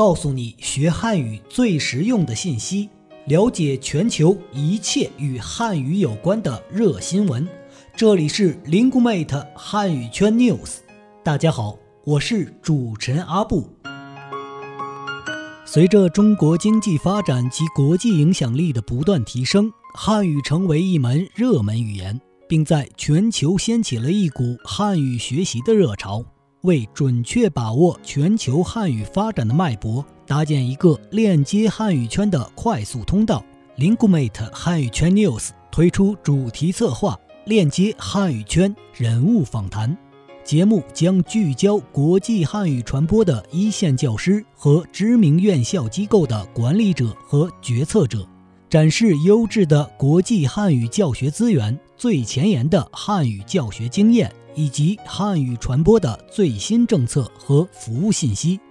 告诉你学汉语最实用的信息，了解全球一切与汉语有关的热新闻。这里是 Linguemate 汉语圈 News。 大家好，我是主持人阿布。随着中国经济发展及国际影响力的不断提升，汉语成为一门热门语言，并在全球掀起了一股汉语学习的热潮。为准确把握全球汉语发展的脉搏，搭建一个链接汉语圈的快速通道， Linguemate 汉语圈 News 推出主题策划链接汉语圈人物访谈。节目将聚焦国际汉语传播的一线教师和知名院校机构的管理者和决策者，展示优质的国际汉语教学资源、最前沿的汉语教学经验，以及汉语传播的最新政策和服务信息。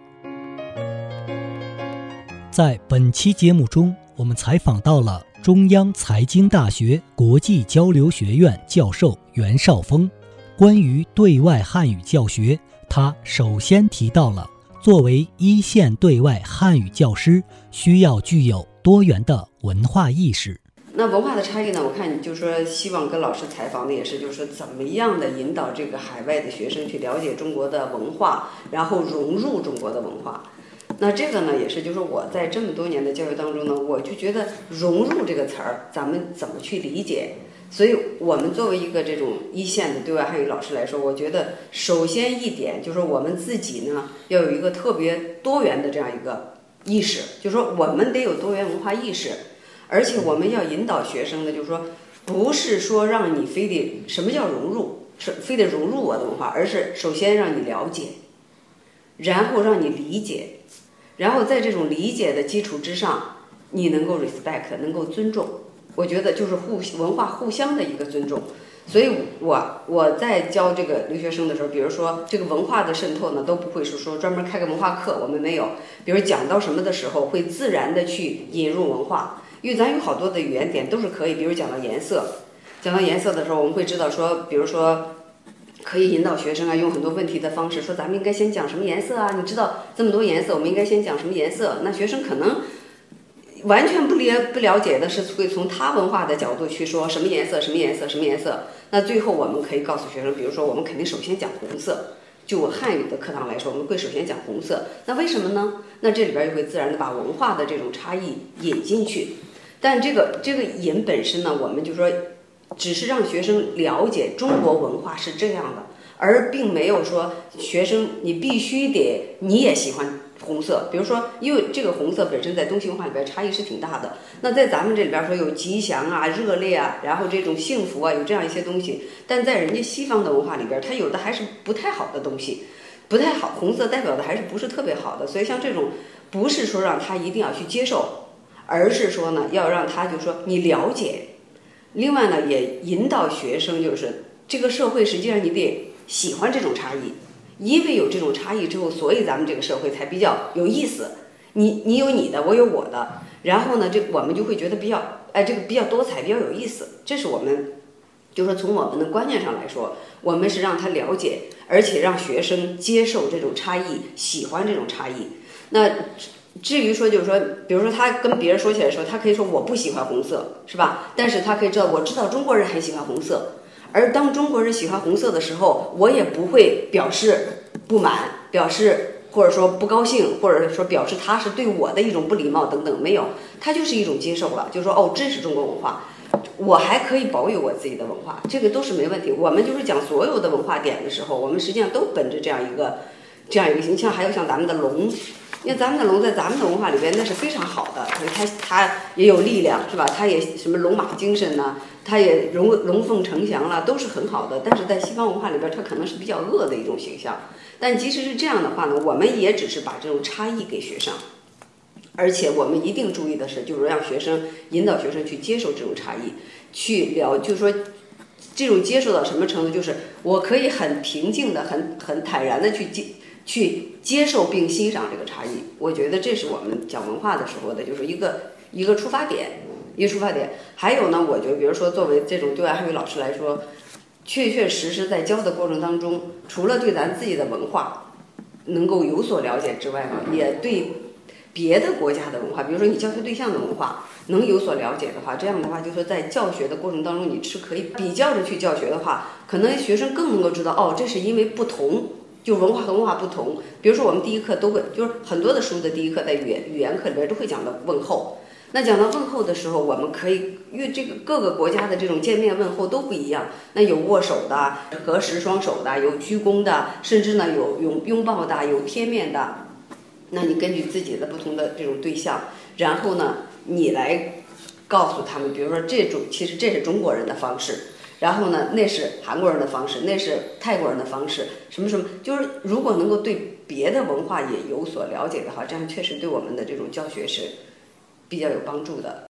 在本期节目中，我们采访到了中央财经大学国际交流学院教授袁绍峰。关于对外汉语教学，他首先提到了作为一线对外汉语教师，需要具有多元的文化意识。 那文化的差异呢，我看就是说希望跟老师采访的也是，就是说怎么样的引导这个海外的学生去了解中国的文化，然后融入中国的文化。那这个呢也是就是说我在这么多年的教育当中呢，我就觉得融入这个词儿咱们怎么去理解。所以我们作为一个这种一线的对外汉语老师来说，我觉得首先一点就是说我们自己呢要有一个特别多元的这样一个意识，就是说我们得有多元文化意识。而且我们要引导学生呢，就是说不是说让你非得什么叫融入，是非得融入我的文化，而是首先让你了解，然后让你理解，然后在这种理解的基础之上，你能够 respect， 能够尊重。我觉得就是文化互相的一个尊重。所以我在教这个留学生的时候，比如说这个文化的渗透呢，都不会是说专门开个文化课，我们没有。比如讲到什么的时候，会自然的去引入文化。因为咱有好多的语言点都是可以，比如讲到颜色，讲到颜色的时候，我们会知道说，比如说可以引导学生啊，用很多问题的方式说，咱们应该先讲什么颜色啊？你知道这么多颜色，我们应该先讲什么颜色？那学生可能完全不了解的是会从他文化的角度去说什么颜色，什么颜色，什么颜色。那最后我们可以告诉学生，比如说我们肯定首先讲红色。就我汉语的课堂来说，我们会首先讲红色。那为什么呢？那这里边就会自然的把文化的这种差异引进去。但这个引本身呢，我们就说只是让学生了解中国文化是这样的，而并没有说学生你必须得你也喜欢红色。比如说因为这个红色本身在东西文化里边差异是挺大的，那在咱们这里边说有吉祥啊、热烈啊，然后这种幸福啊，有这样一些东西，但在人家西方的文化里边，它有的还是不太好的东西，不太好，红色代表的还是不是特别好的。所以像这种不是说让他一定要去接受，而是说呢要让他就是说你了解。另外呢也引导学生，就是这个社会实际上你得喜欢这种差异，因为有这种差异之后，所以咱们这个社会才比较有意思。你有你的，我有我的，然后呢我们就会觉得比较这个比较多彩，比较有意思。这是我们就是说从我们的观念上来说，我们是让他了解，而且让学生接受这种差异，喜欢这种差异。那至于说就是说比如说他跟别人说起来的时候，他可以说我不喜欢红色，是吧？但是他可以知道，我知道中国人很喜欢红色，而当中国人喜欢红色的时候，我也不会表示不满，表示或者说不高兴，或者说表示他是对我的一种不礼貌等等，没有，他就是一种接受了，就是说哦，这是中国文化，我还可以保有我自己的文化，这个都是没问题。我们就是讲所有的文化点的时候，我们实际上都本着这样一个形象。还有像咱们的龙，因为咱们的龙在咱们的文化里边那是非常好的，它也有力量，是吧？它也什么龙马精神呢，它也龙凤呈祥了，都是很好的。但是在西方文化里边，它可能是比较恶的一种形象。但即使是这样的话呢，我们也只是把这种差异给学生，而且我们一定注意的是，就是让学生引导学生去接受这种差异，就是说这种接受到什么程度，就是我可以很平静的、很坦然的去接受并欣赏这个差异。我觉得这是我们讲文化的时候的，就是一个出发点，还有呢，我觉得比如说作为这种对外汉语老师来说，确确实实在教的过程当中，除了对咱自己的文化能够有所了解之外呢，也对别的国家的文化，比如说你教学对象的文化能有所了解的话，这样的话就是说在教学的过程当中你是可以比较着去教学的话，可能学生更能够知道哦，这是因为不同，就文化和文化不同。比如说我们第一课都会，就是很多的书的第一课在语言课里边都会讲到问候。那讲到问候的时候，我们可以因为这个各个国家的这种见面问候都不一样，那有握手的、合十双手的，有鞠躬的，甚至呢有拥抱的，有贴面的。那你根据自己的不同的这种对象，然后呢，你来告诉他们，比如说其实这是中国人的方式，然后呢，那是韩国人的方式，那是泰国人的方式，什么什么，就是如果能够对别的文化也有所了解的话，这样确实对我们的这种教学是比较有帮助的。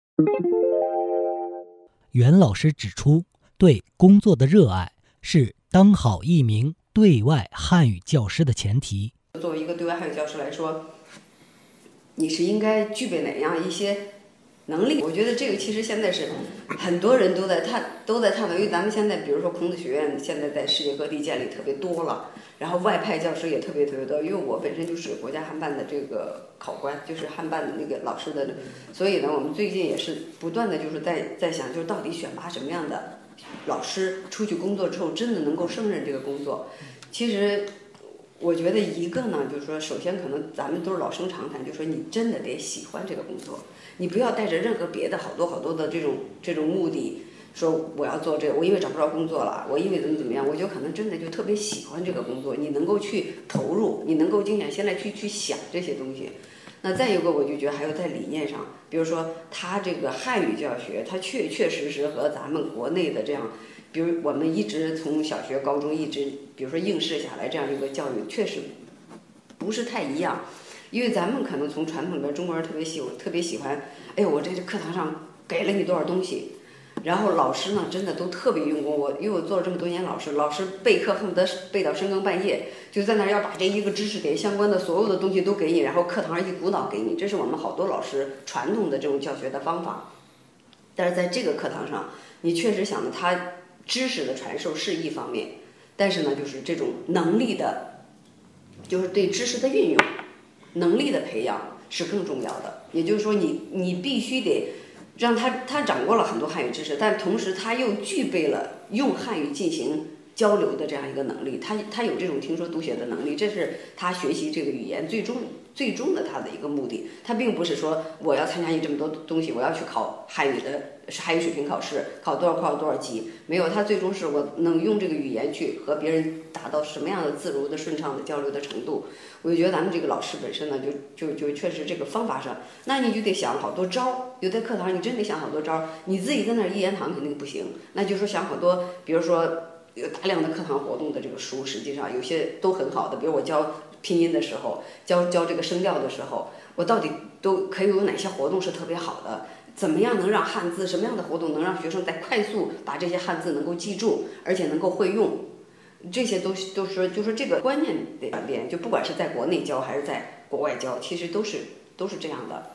袁老师指出，对工作的热爱是当好一名对外汉语教师的前提。 作为一个对外汉语教师来说，你是应该具备哪样一些能力？我觉得这个其实现在是很多人都在探讨，因为咱们现在比如说孔子学院现在在世界各地建立特别多了，然后外派教师也特别多。因为我本身就是国家汉办的这个考官，就是汉办的那个老师的，所以呢，我们最近也是不断的就是在想，就是到底选拔什么样的老师出去工作之后真的能够胜任这个工作。其实我觉得一个呢，就是说，首先可能咱们都是老生常谈，就是说你真的得喜欢这个工作，你不要带着任何别的好多的这种目的，说我要做这个，我因为找不着工作了，我因为怎么样，我就可能真的就特别喜欢这个工作，你能够去投入，你能够静下心来去想这些东西。那再一个，我就觉得还有在理念上，比如说他这个汉语教学，它确实和咱们国内的这样。比如我们一直从小学、高中一直，比如说应试下来这样一个教育，确实不是太一样。因为咱们可能从传统里边，中国人特别喜欢，哎呦，我这课堂上给了你多少东西，然后老师呢真的都特别用功。因为我做了这么多年老师备课恨不得备到深更半夜，就在那儿要把这一个知识点相关的所有的东西都给你，然后课堂上一股脑给你，这是我们好多老师传统的这种教学的方法。但是在这个课堂上，你确实想着他知识的传授是一方面，但是呢，就是这种能力的，就是对知识的运用、能力的培养是更重要的。也就是说你必须得让他掌握了很多汉语知识，但同时他又具备了用汉语进行交流的这样一个能力，他有这种听说读写的能力，这是他学习这个语言最终的他的一个目的。他并不是说我要参加这么多东西，我要去考汉语水平考试，考多少级，没有，他最终是我能用这个语言去和别人达到什么样的自如的顺畅的交流的程度。我就觉得咱们这个老师本身呢，就确实这个方法上，那你就得想好多招。有在课堂上你真得想好多招，你自己在那儿一言堂肯定不行，那就说想好多，比如说有大量的课堂活动的这个书，实际上有些都很好的，比如我教拼音的时候，教这个声调的时候，我到底都可以有哪些活动是特别好的？怎么样能让汉字，什么样的活动能让学生在快速把这些汉字能够记住，而且能够会用？这些都是就是这个观念得转变，就不管是在国内教还是在国外教，其实都是这样的。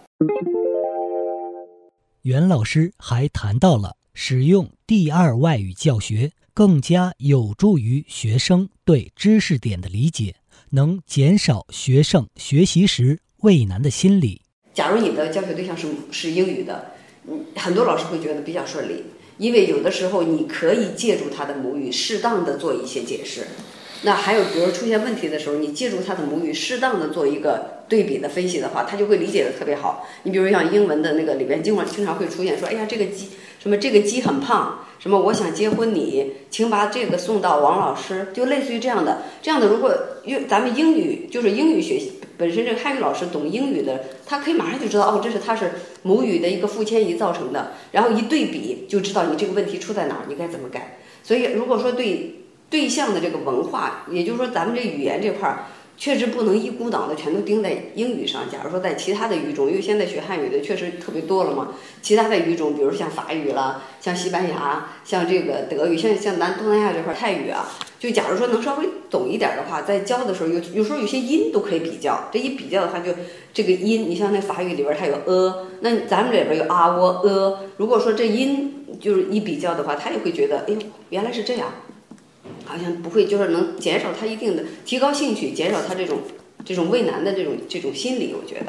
袁老师还谈到了使用第二外语教学更加有助于学生对知识点的理解，能减少学生学习时畏难的心理。 假如你的教学对象是英语的，很多老师会觉得比较顺利，因为有的时候你可以借助他的母语适当的做一些解释。那还有比如出现问题的时候，你借助他的母语适当的做一个对比的分析的话，他就会理解的特别好。你比如像英文的那个里边经常会出现说，哎呀，这个鸡什么这个鸡很胖，什么我想结婚你，请把这个送到王老师，就类似于这样的。如果咱们英语学习本身，这个汉语老师懂英语的，他可以马上就知道这是他是母语的一个负迁移造成的，然后一对比就知道你这个问题出在哪儿，你该怎么改。所以如果说对象的这个文化，也就是说咱们这语言这块确实不能一股脑的全都盯在英语上。假如说在其他的语种，因为现在学汉语的确实特别多了嘛，其他的语种，比如像法语啦，像西班牙，像这个德语，像东南亚这块泰语啊，就假如说能稍微懂一点的话，在教的时候有时候有些音都可以比较。这一比较的话，就这个音，你像那法语里边它有那咱们这边有如果说这音就是一比较的话，他也会觉得，哎呦，原来是这样。好像不会，就是能减少他一定的提高兴趣，减少他这种畏难的这种心理，我觉得。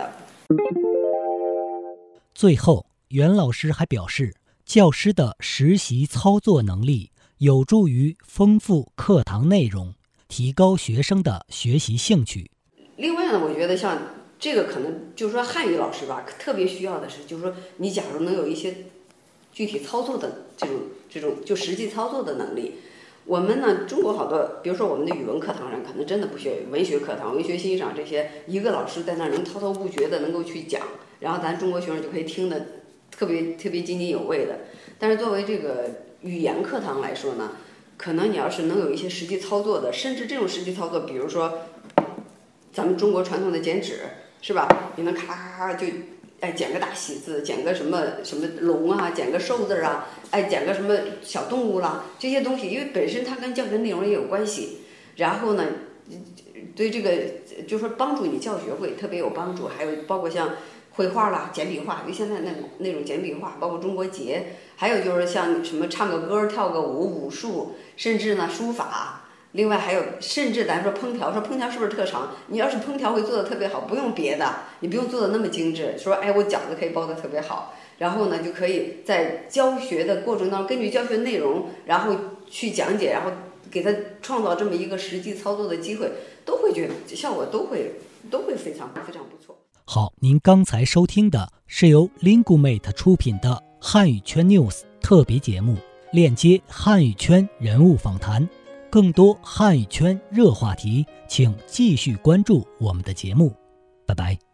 最后，袁老师还表示，教师的实习操作能力有助于丰富课堂内容，提高学生的学习兴趣。 另外呢，我觉得像这个可能就是说汉语老师吧，特别需要的是，就是说你假如能有一些具体操作的这种就实际操作的能力。我们呢，中国好多，比如说我们的语文课堂上可能真的不需要文学课堂、文学欣赏这些，一个老师在那儿能滔滔不绝的能够去讲，然后咱中国学生就可以听得特别津津有味的。但是作为这个语言课堂来说呢，可能你要是能有一些实际操作的，甚至这种实际操作，比如说咱们中国传统的剪纸，是吧？你能咔咔咔就剪个大喜字，剪个什么龙啊，剪个寿字啊，剪个什么小动物啦，这些东西，因为本身它跟教学内容也有关系，然后呢，对这个就是说帮助你教学会特别有帮助，还有包括像绘画啦、简笔画，因为现在那种简笔画，包括中国结，还有就是像什么唱个歌、跳个舞、武术，甚至呢书法。另外还有，甚至咱说烹调是不是特长？你要是烹调会做的特别好，不用别的，你不用做的那么精致。说我饺子可以包的特别好，然后呢就可以在教学的过程当中，根据教学内容，然后去讲解，然后给他创造这么一个实际操作的机会，都会觉得效果都会非常不错。 好，您刚才收听的是由 Lingumate 出品的汉语圈 News 特别节目，链接汉语圈人物访谈。更多汉语圈热话题，请继续关注我们的节目。拜拜。